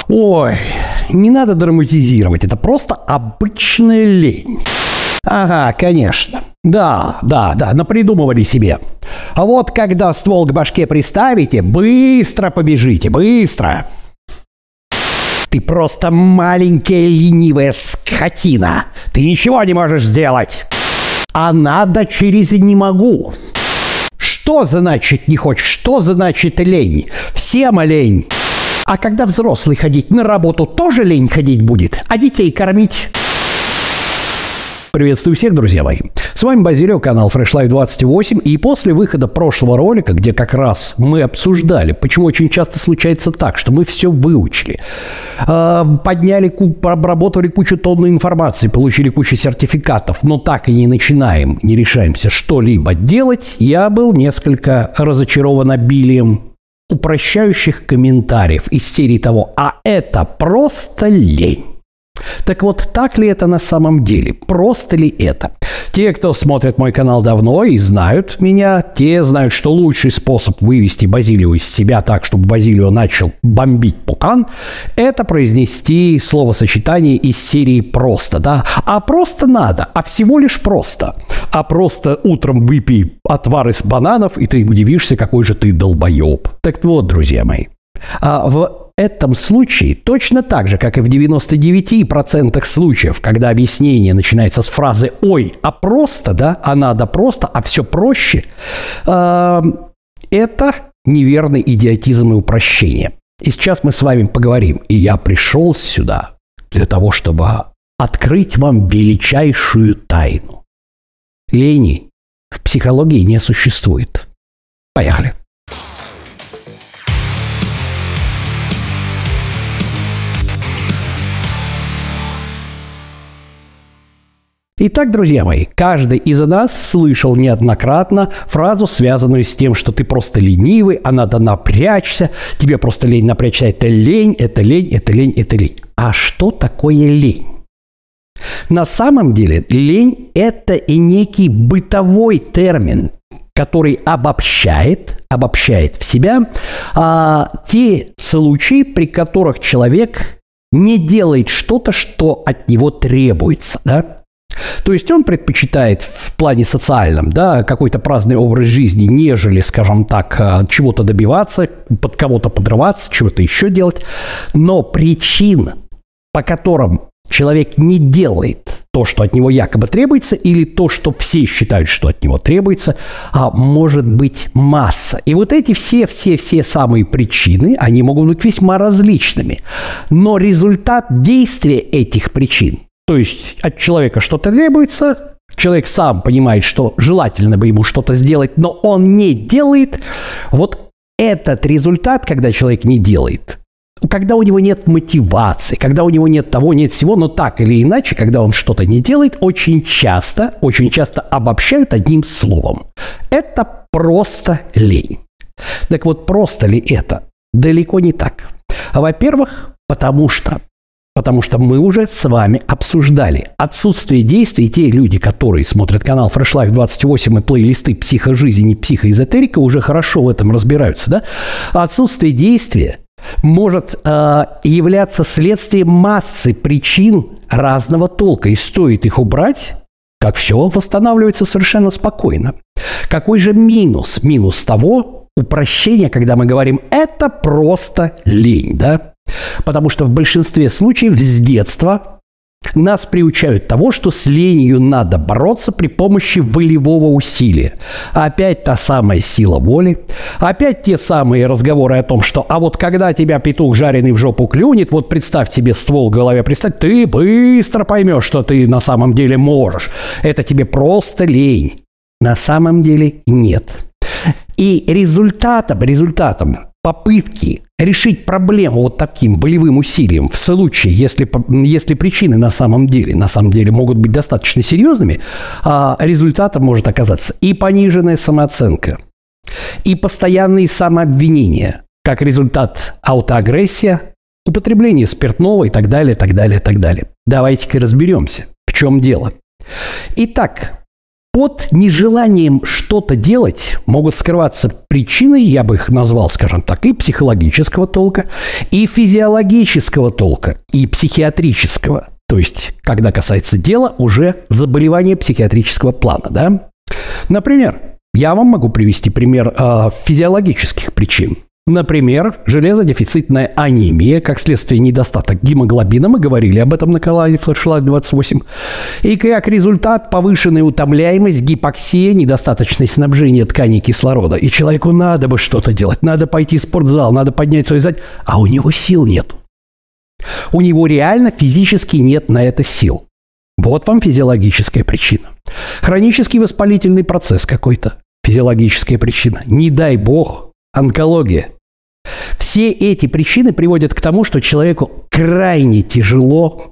Ой, не надо драматизировать, это просто обычная лень. Ага, конечно. Да, напридумывали себе. А вот когда ствол к башке приставите, быстро побежите, быстро. Ты просто маленькая ленивая скотина. Ты ничего не можешь сделать. А надо через «не могу». Что значит не хочешь? Что значит лень? Всем лень. А когда взрослый ходить на работу, тоже лень ходить будет, а детей кормить? Приветствую всех, друзья мои. С вами Базилио, канал Fresh Life 28. И после выхода прошлого ролика, где как раз мы обсуждали, почему очень часто случается так, что мы все выучили, обработали кучу тонн информации, получили кучу сертификатов, но так и не начинаем, не решаемся что-либо делать, я был несколько разочарован обилием упрощающих комментариев из серии того «А это просто лень». Так вот, так ли это на самом деле? Просто ли это? Те, кто смотрит мой канал давно и знают меня, те знают, что лучший способ вывести Базилио из себя так, чтобы Базилио начал бомбить пукан, это произнести словосочетание из серии «просто», да? А просто надо, а всего лишь просто. А просто утром выпей отвар из бананов, и ты удивишься, какой же ты долбоеб. Так вот, друзья мои, в этом случае точно так же, как и в 99% случаев, когда объяснение начинается с фразы «Ой, а просто, да, а надо просто, а все проще», это неверный идиотизм и упрощение. И сейчас мы с вами поговорим. И я пришел сюда для того, чтобы открыть вам величайшую тайну. Лени в психологии не существует. Поехали. Итак, друзья мои, каждый из нас слышал неоднократно фразу, связанную с тем, что ты просто ленивый, а надо напрячься, тебе просто лень напрячься, это лень, это лень, это лень, это лень. А что такое лень? На самом деле лень – это и некий бытовой термин, который обобщает в себя те случаи, при которых человек не делает что-то, что от него требуется, да? То есть он предпочитает в плане социальном, да, какой-то праздный образ жизни, нежели, скажем так, чего-то добиваться, под кого-то подрываться, чего-то еще делать. Но причин, по которым человек не делает то, что от него якобы требуется, или то, что все считают, что от него требуется, может быть масса. И вот эти все самые причины, они могут быть весьма различными. Но результат действия этих причин, то есть от человека что-то требуется, человек сам понимает, что желательно бы ему что-то сделать, но он не делает. Вот этот результат, когда человек не делает, когда у него нет мотивации, когда у него нет того, нет всего, но так или иначе, когда он что-то не делает, очень часто обобщают одним словом. Это просто лень. Так вот, просто ли это? Далеко не так. Во-первых, потому что мы уже с вами обсуждали отсутствие действий. Те люди, которые смотрят канал Fresh Life 28 и плейлисты «Психожизнь» и «Психоэзотерика», уже хорошо в этом разбираются, да? Отсутствие действия может являться следствием массы причин разного толка. И стоит их убрать, как все восстанавливается совершенно спокойно. Какой же минус? Минус того упрощения, когда мы говорим «это просто лень», да? Потому что в большинстве случаев с детства нас приучают того, что с ленью надо бороться при помощи волевого усилия. Опять та самая сила воли, опять те самые разговоры о том, что «а вот когда тебя петух жареный в жопу клюнет, вот представь себе ствол в голове, представь, ты быстро поймешь, что ты на самом деле можешь. Это тебе просто лень». На самом деле нет. И результатом попытки решить проблему вот таким волевым усилием в случае, если причины на самом деле могут быть достаточно серьезными, результатом может оказаться и пониженная самооценка, и постоянные самообвинения, как результат аутоагрессия, употребление спиртного и так далее, так далее, так далее. Давайте-ка разберемся, в чем дело. Итак, Под нежеланием что-то делать могут скрываться причины, я бы их назвал, скажем так, и психологического толка, и физиологического толка, и психиатрического. То есть, когда касается дела, уже заболевания психиатрического плана, да? Например, я вам могу привести пример физиологических причин. Например, железодефицитная анемия, как следствие недостаток гемоглобина, мы говорили об этом на канале Flashlight 28, и как результат повышенная утомляемость, гипоксия, недостаточное снабжение тканей кислорода. И человеку надо бы что-то делать, надо пойти в спортзал, надо поднять свой зад, а у него сил нет. У него реально физически нет на это сил. Вот вам физиологическая причина. Хронический воспалительный процесс какой-то. Физиологическая причина. Не дай бог, онкология. Все эти причины приводят к тому, что человеку крайне тяжело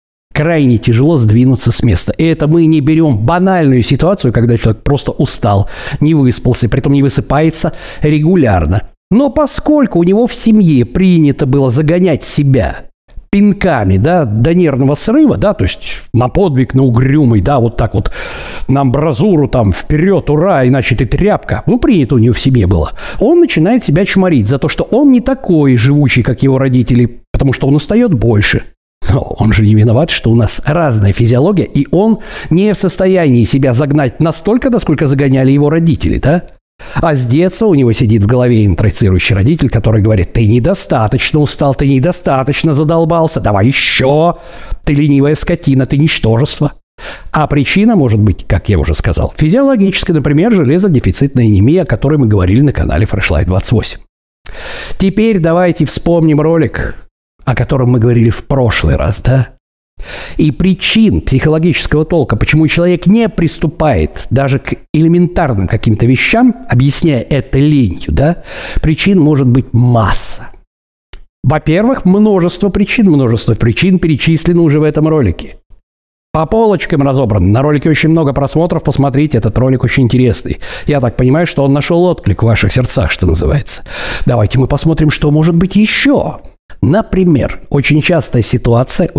сдвинуться с места. И это мы не берем банальную ситуацию, когда человек просто устал, не выспался, притом не высыпается регулярно. Но поскольку у него в семье принято было загонять себя пинками, да, до нервного срыва, да, то есть на подвиг, на угрюмый, да, вот так вот, на амбразуру там, вперед, ура, иначе ты тряпка. Ну, принято у него в семье было. Он начинает себя чморить за то, что он не такой живучий, как его родители, потому что он устает больше. Но он же не виноват, что у нас разная физиология, и он не в состоянии себя загнать настолько, насколько загоняли его родители, да? А с детства у него сидит в голове интроицирующий родитель, который говорит: ты недостаточно устал, ты недостаточно задолбался, давай еще, ты ленивая скотина, ты ничтожество. А причина может быть, как я уже сказал, физиологическая, например, железодефицитная анемия, о которой мы говорили на канале Flashlight 28. Теперь давайте вспомним ролик, о котором мы говорили в прошлый раз, да? И причин психологического толка, почему человек не приступает даже к элементарным каким-то вещам, объясняя это ленью, да, причин может быть масса. Во-первых, множество причин перечислены уже в этом ролике. По полочкам разобрано. На ролике очень много просмотров, посмотрите, этот ролик очень интересный. Я так понимаю, что он нашел отклик в ваших сердцах, что называется. Давайте мы посмотрим, что может быть еще. Например, очень частая ситуация,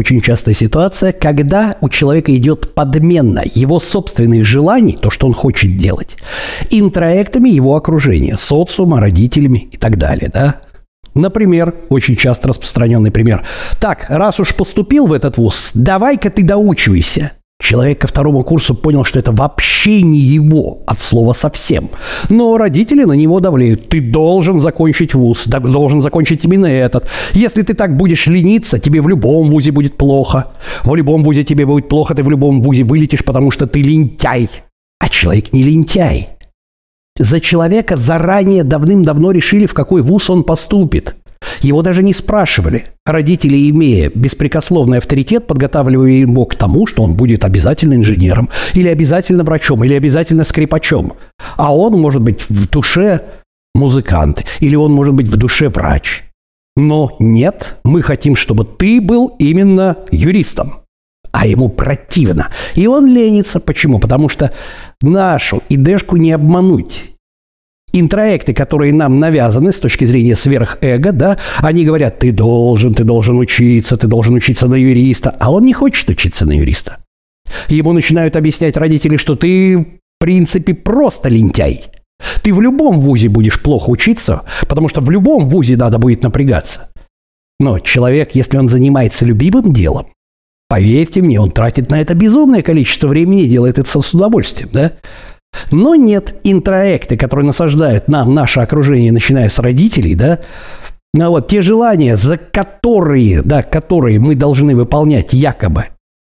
когда у человека идет подмена его собственных желаний, то, что он хочет делать, интроектами его окружения, социума, родителями и так далее, да? Например, очень часто распространенный пример. Так, раз уж поступил в этот вуз, давай-ка ты доучивайся. Человек ко второму курсу понял, что это вообще не его, от слова совсем. Но родители на него давлеют. Ты должен закончить вуз, должен закончить именно этот. Если ты так будешь лениться, тебе в любом вузе будет плохо. В любом вузе тебе будет плохо, ты в любом вузе вылетишь, потому что ты лентяй. А человек не лентяй. За человека заранее давным-давно решили, в какой вуз он поступит. Его даже не спрашивали. Родители, имея беспрекословный авторитет, подготавливали его к тому, что он будет обязательно инженером, или обязательно врачом, или обязательно скрипачом. А он может быть в душе музыкант, или он может быть в душе врач. Но нет, мы хотим, чтобы ты был именно юристом. А ему противно. И он ленится. Почему? Потому что нашу идешку не обмануть. Интроекты, которые нам навязаны с точки зрения сверхэго, да, они говорят: ты должен учиться на юриста, а он не хочет учиться на юриста. Ему начинают объяснять родители, что ты, в принципе, просто лентяй. Ты в любом вузе будешь плохо учиться, потому что в любом вузе надо будет напрягаться. Но человек, если он занимается любимым делом, поверьте мне, он тратит на это безумное количество времени и делает это с удовольствием, да? Но нет, интроекты, которые насаждают нам наше окружение, начиная с родителей, да, вот те желания, которые мы должны выполнять якобы,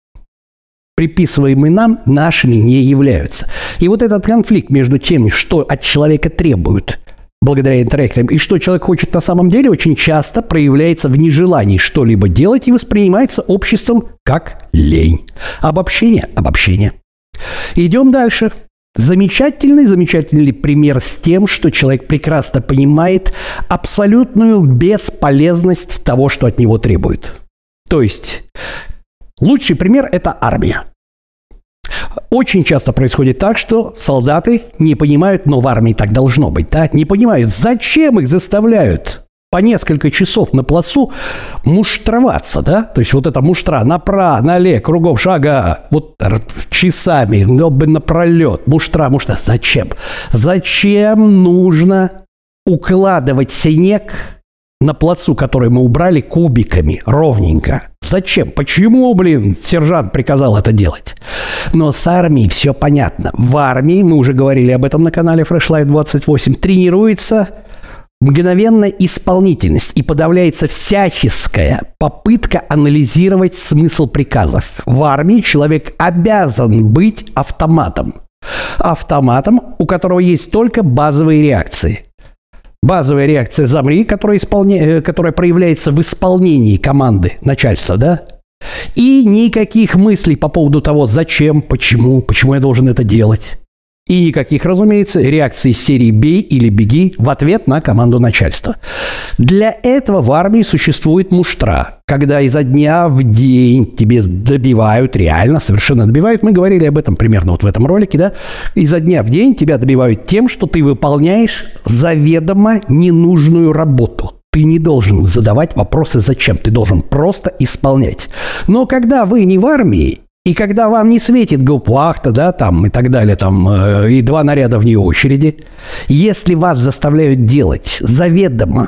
приписываемые нам, нашими не являются. И вот этот конфликт между тем, что от человека требуют благодаря интроектам, и что человек хочет на самом деле, очень часто проявляется в нежелании что-либо делать и воспринимается обществом как лень. Обобщение. Идем дальше. Замечательный пример с тем, что человек прекрасно понимает абсолютную бесполезность того, что от него требуют. То есть, лучший пример – это армия. Очень часто происходит так, что солдаты не понимают, но в армии так должно быть, да? Не понимают, зачем их заставляют по несколько часов на плацу муштроваться, да? То есть вот эта муштра направо, налево, кругом шага, вот часами, напролет, муштра. Зачем? Зачем нужно укладывать снег на плацу, который мы убрали, кубиками, ровненько? Зачем? Почему, сержант приказал это делать? Но с армией все понятно. В армии, мы уже говорили об этом на канале Fresh Life 28, тренируется мгновенная исполнительность и подавляется всяческая попытка анализировать смысл приказов. В армии человек обязан быть автоматом. Автоматом, у которого есть только базовые реакции. Базовая реакция «замри», которая проявляется в исполнении команды начальства, да? И никаких мыслей по поводу того, зачем, почему я должен это делать. И никаких, разумеется, реакций серии «бей» или «беги» в ответ на команду начальства. Для этого в армии существует муштра, когда изо дня в день тебе добивают, реально, совершенно добивают. Мы говорили об этом примерно вот в этом ролике, да? Изо дня в день тебя добивают тем, что ты выполняешь заведомо ненужную работу. Ты не должен задавать вопросы «зачем?», ты должен просто исполнять. Но когда вы не в армии, и когда вам не светит гауптвахта, да, там, и так далее, там, и 2 наряда вне очереди, если вас заставляют делать заведомо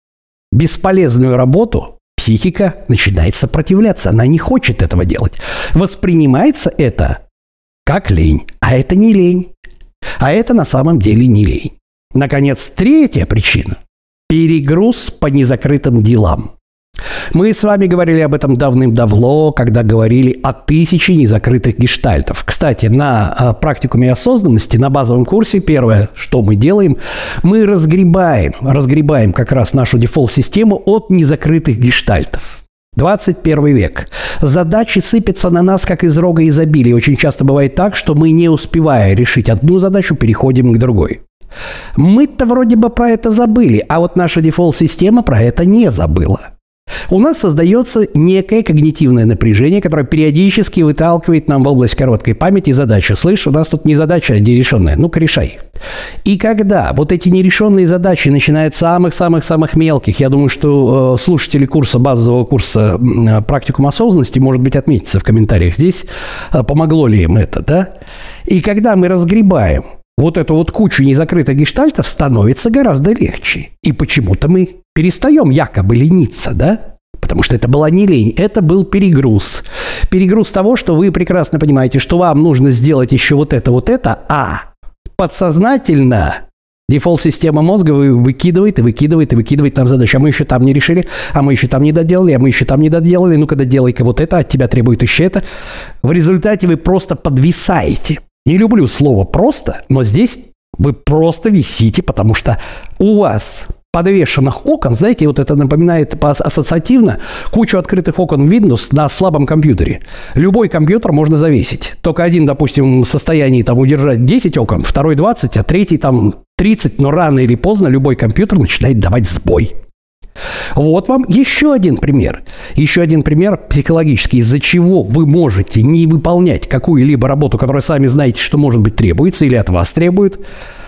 бесполезную работу, психика начинает сопротивляться, она не хочет этого делать. Воспринимается это как лень, а это не лень, а это на самом деле не лень. Наконец, 3-я причина – перегруз по незакрытым делам. Мы с вами говорили об этом давным-давно, когда говорили о 1000 незакрытых гештальтов. Кстати, на практикуме осознанности, на базовом курсе, первое, что мы делаем, мы разгребаем как раз нашу дефолт-систему от незакрытых гештальтов. 21 век. Задачи сыпятся на нас, как из рога изобилия. Очень часто бывает так, что мы, не успевая решить одну задачу, переходим к другой. Мы-то вроде бы про это забыли, а вот наша дефолт-система про это не забыла. У нас создается некое когнитивное напряжение, которое периодически выталкивает нам в область короткой памяти задачу. Слышь, у нас тут не задача, а нерешенная. Ну-ка, решай. И когда вот эти нерешенные задачи начинают с самых-самых-самых мелких, я думаю, что слушатели базового курса «Практикум осознанности», может быть, отметятся в комментариях здесь, помогло ли им это, да? И когда мы разгребаем вот эту вот кучу незакрытых гештальтов, становится гораздо легче. И почему-то мы перестаем якобы лениться, да? Потому что это была не лень, это был перегруз. Перегруз того, что вы прекрасно понимаете, что вам нужно сделать еще вот это, а подсознательно дефолт-система мозга выкидывает нам задачу. А мы еще там не решили, а мы еще там не доделали, ну-ка доделай-ка вот это, от тебя требует еще это. В результате вы просто подвисаете. Не люблю слово «просто», но здесь вы просто висите, потому что у вас подвешенных окон, знаете, вот это напоминает ассоциативно кучу открытых окон Windows на слабом компьютере. Любой компьютер можно завесить. Только один, допустим, в состоянии там удержать 10 окон, второй 20, а третий там 30, но рано или поздно любой компьютер начинает давать сбой. Вот вам еще один пример. Еще один пример психологический, из-за чего вы можете не выполнять какую-либо работу, которую сами знаете, что, может быть, требуется или от вас требует.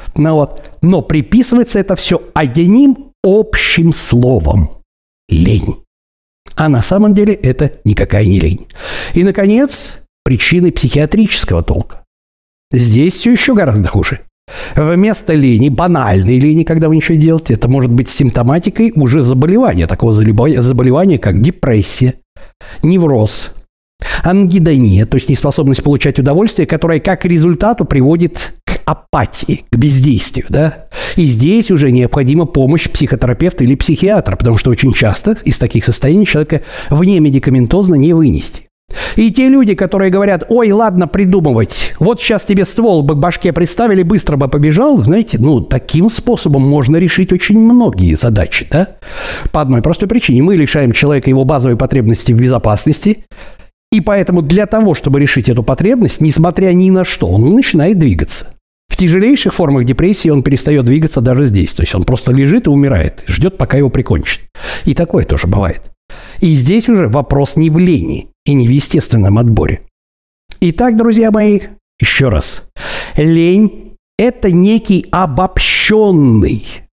Но приписывается это все одним общим словом – лень. А на самом деле это никакая не лень. И, наконец, причины психиатрического толка. Здесь все еще гораздо хуже. Вместо лени, банальной лени, когда вы ничего не делаете, это может быть симптоматикой уже заболевания, такого заболевания, как депрессия, невроз, ангидония, то есть неспособность получать удовольствие, которая как результату приводит к апатии, к бездействию, да? И здесь уже необходима помощь психотерапевта или психиатра, потому что очень часто из таких состояний человека внемедикаментозно не вынести. И те люди, которые говорят: ой, ладно придумывать, вот сейчас тебе ствол бы к башке приставили, быстро бы побежал, знаете, таким способом можно решить очень многие задачи, да? По одной простой причине. Мы лишаем человека его базовой потребности в безопасности, и поэтому для того, чтобы решить эту потребность, несмотря ни на что, он начинает двигаться. В тяжелейших формах депрессии он перестает двигаться даже здесь, то есть он просто лежит и умирает, ждет, пока его прикончат. И такое тоже бывает. И здесь уже вопрос не в лени и не в естественном отборе. Итак, друзья мои, еще раз. Лень – это некий обобщенный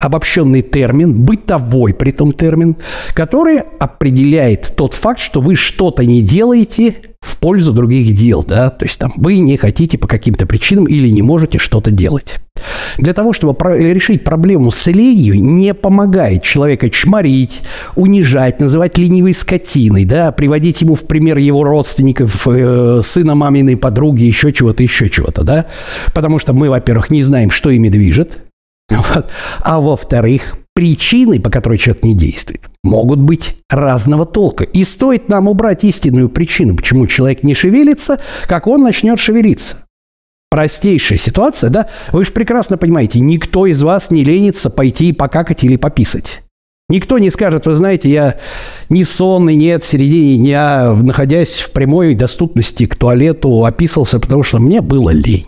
обобщенный термин, бытовой притом термин, который определяет тот факт, что вы что-то не делаете в пользу других дел, да, то есть там вы не хотите по каким-то причинам или не можете что-то делать. Для того, чтобы решить проблему с ленью, не помогает человека чморить, унижать, называть ленивой скотиной, да, приводить ему в пример его родственников, сына маминой подруги, еще чего-то, да, потому что мы, во-первых, не знаем, что ими движет, вот. А во-вторых, причины, по которой человек не действует, могут быть разного толка. И стоит нам убрать истинную причину, почему человек не шевелится, как он начнет шевелиться. Простейшая ситуация, да? Вы же прекрасно понимаете, никто из вас не ленится пойти покакать или пописать. Никто не скажет, вы знаете, я не сонный, нет, в середине дня, находясь в прямой доступности к туалету, описался, потому что мне было лень.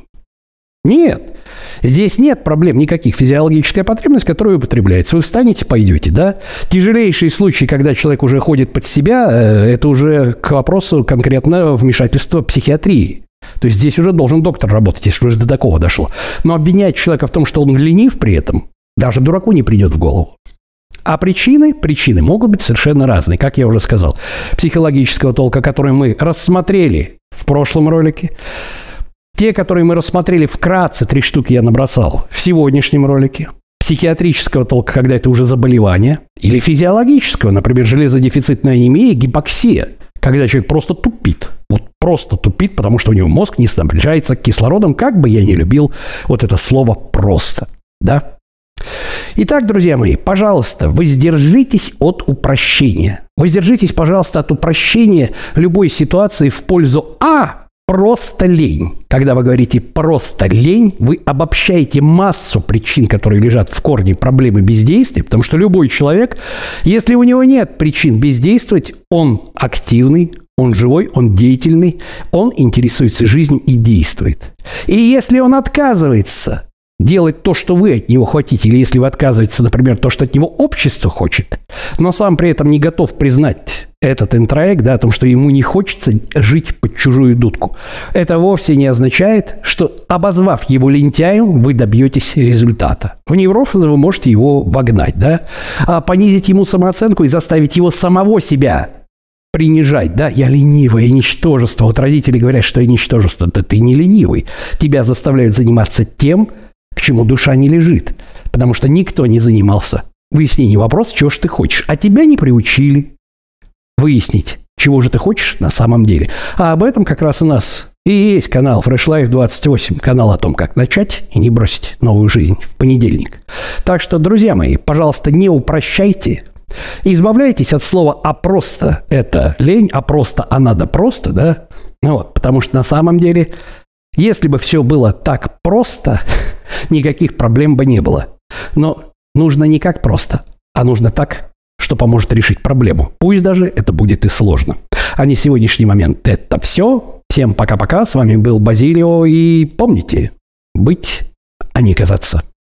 Нет. Здесь нет проблем никаких. Физиологическая потребность, которая употребляется. Вы встанете, пойдете, да? Тяжелейший случай, когда человек уже ходит под себя, это уже к вопросу конкретно вмешательства психиатрии. То есть здесь уже должен доктор работать, если уже до такого дошло. Но обвинять человека в том, что он ленив при этом, даже дураку не придет в голову. А причины могут быть совершенно разные, как я уже сказал. Психологического толка, который мы рассмотрели в прошлом ролике. Те, которые мы рассмотрели вкратце, 3 штуки я набросал в сегодняшнем ролике. Психиатрического толка, когда это уже заболевание. Или физиологического, например, железодефицитная анемия, гипоксия, когда человек просто тупит. Вот просто тупит, потому что у него мозг не снабжается кислородом, как бы я ни любил вот это слово «просто». Да? Итак, друзья мои, пожалуйста, воздержитесь от упрощения. Воздержитесь, пожалуйста, от упрощения любой ситуации в пользу просто лень. Когда вы говорите «просто лень», вы обобщаете массу причин, которые лежат в корне проблемы бездействия, потому что любой человек, если у него нет причин бездействовать, он активный, он живой, он деятельный, он интересуется жизнью и действует. И если он отказывается делать то, что вы от него хотите, или если вы отказываетесь, например, то, что от него общество хочет, но сам при этом не готов признать этот интроект, да, о том, что ему не хочется жить под чужую дудку, это вовсе не означает, что, обозвав его лентяем, вы добьетесь результата. В невроз вы можете его вогнать, да, а понизить ему самооценку и заставить его самого себя принижать, да, я ленивый, я ничтожество. Вот родители говорят, что я ничтожество, да ты не ленивый. Тебя заставляют заниматься тем, к чему душа не лежит, потому что никто не занимался выяснением вопроса, чего же ты хочешь, а тебя не приучили выяснить, чего же ты хочешь на самом деле. А об этом как раз у нас и есть канал Fresh Life 28, канал о том, как начать и не бросить новую жизнь в понедельник. Так что, друзья мои, пожалуйста, не упрощайте, избавляйтесь от слова «а просто» — это лень, «а просто», «а надо просто», да? Вот, потому что на самом деле, если бы все было так просто, никаких проблем бы не было. Но нужно не как просто, а нужно так, что поможет решить проблему. Пусть даже это будет и сложно. А на сегодняшний момент это все. Всем пока-пока. С вами был Базилио. И помните, быть, а не казаться.